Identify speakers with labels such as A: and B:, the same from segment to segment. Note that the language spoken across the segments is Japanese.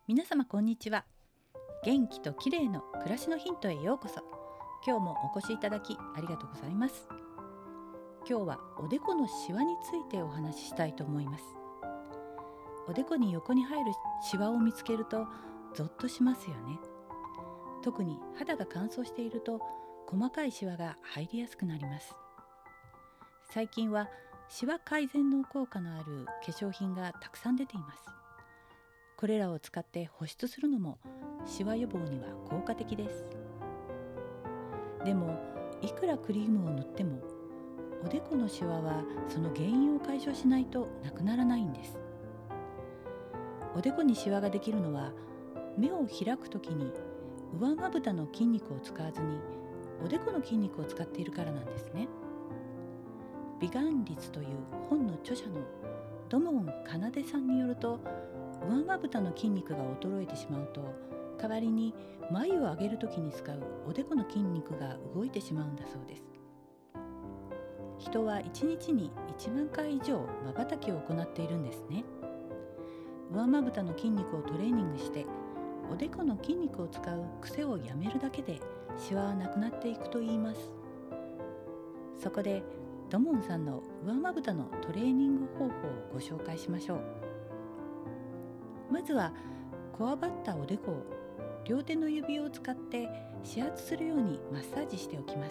A: 皆様こんにちは。元気と綺麗の暮らしのヒントへようこそ。今日もお越しいただきありがとうございます。今日はおでこのシワについてお話ししたいと思います。おでこに横に入るシワを見つけるとゾッとしますよね。特に肌が乾燥していると細かいシワが入りやすくなります。最近はシワ改善の効果のある化粧品がたくさん出ています。これらを使って保湿するのもシワ予防には効果的です。でもいくらクリームを塗ってもおでこのシワはその原因を解消しないとなくならないんです。おでこにシワができるのは目を開くときに上まぶたの筋肉を使わずにおでこの筋肉を使っているからなんですね。美顔率という本の著者の土門奏さんによると、上まぶたの筋肉が衰えてしまうと代わりに眉を上げるときに使うおでこの筋肉が動いてしまうんだそうです。人は1日に1万回以上瞬きを行っているんですね。上まぶたの筋肉をトレーニングしておでこの筋肉を使う癖をやめるだけでシワはなくなっていくといいます。そこで土門さんの上まぶたのトレーニング方法をご紹介しましょう。まずはこわばったおでこを両手の指を使って指圧するようにマッサージしておきます。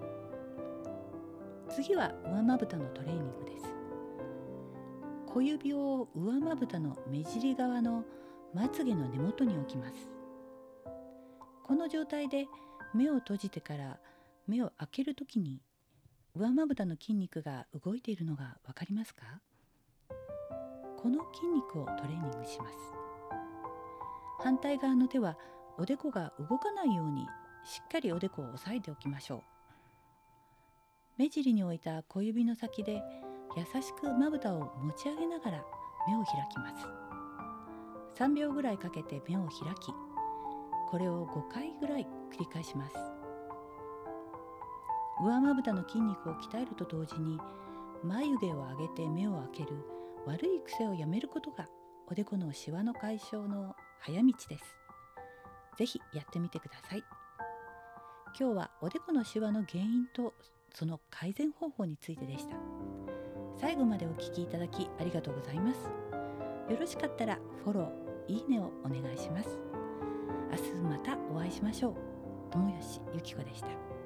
A: 次は上まぶたのトレーニングです。小指を上まぶたの目尻側のまつげの根元に置きます。この状態で目を閉じてから目を開けるときに上まぶたの筋肉が動いているのがわかりますか？この筋肉をトレーニングします。反対側の手はおでこが動かないようにしっかりおでこを押さえておきましょう。目尻に置いた小指の先で優しくまぶたを持ち上げながら目を開きます。3秒ぐらいかけて目を開き、これを5回ぐらい繰り返します。上まぶたの筋肉を鍛えると同時に眉毛を上げて目を開ける悪い癖をやめることがおでこのシワの解消の早道です。ぜひやってみてください。今日はおでこのシワの原因とその改善方法についてでした。最後までお聞きいただきありがとうございます。よろしかったらフォロー、いいねをお願いします。明日またお会いしましょう。友吉ゆき子でした。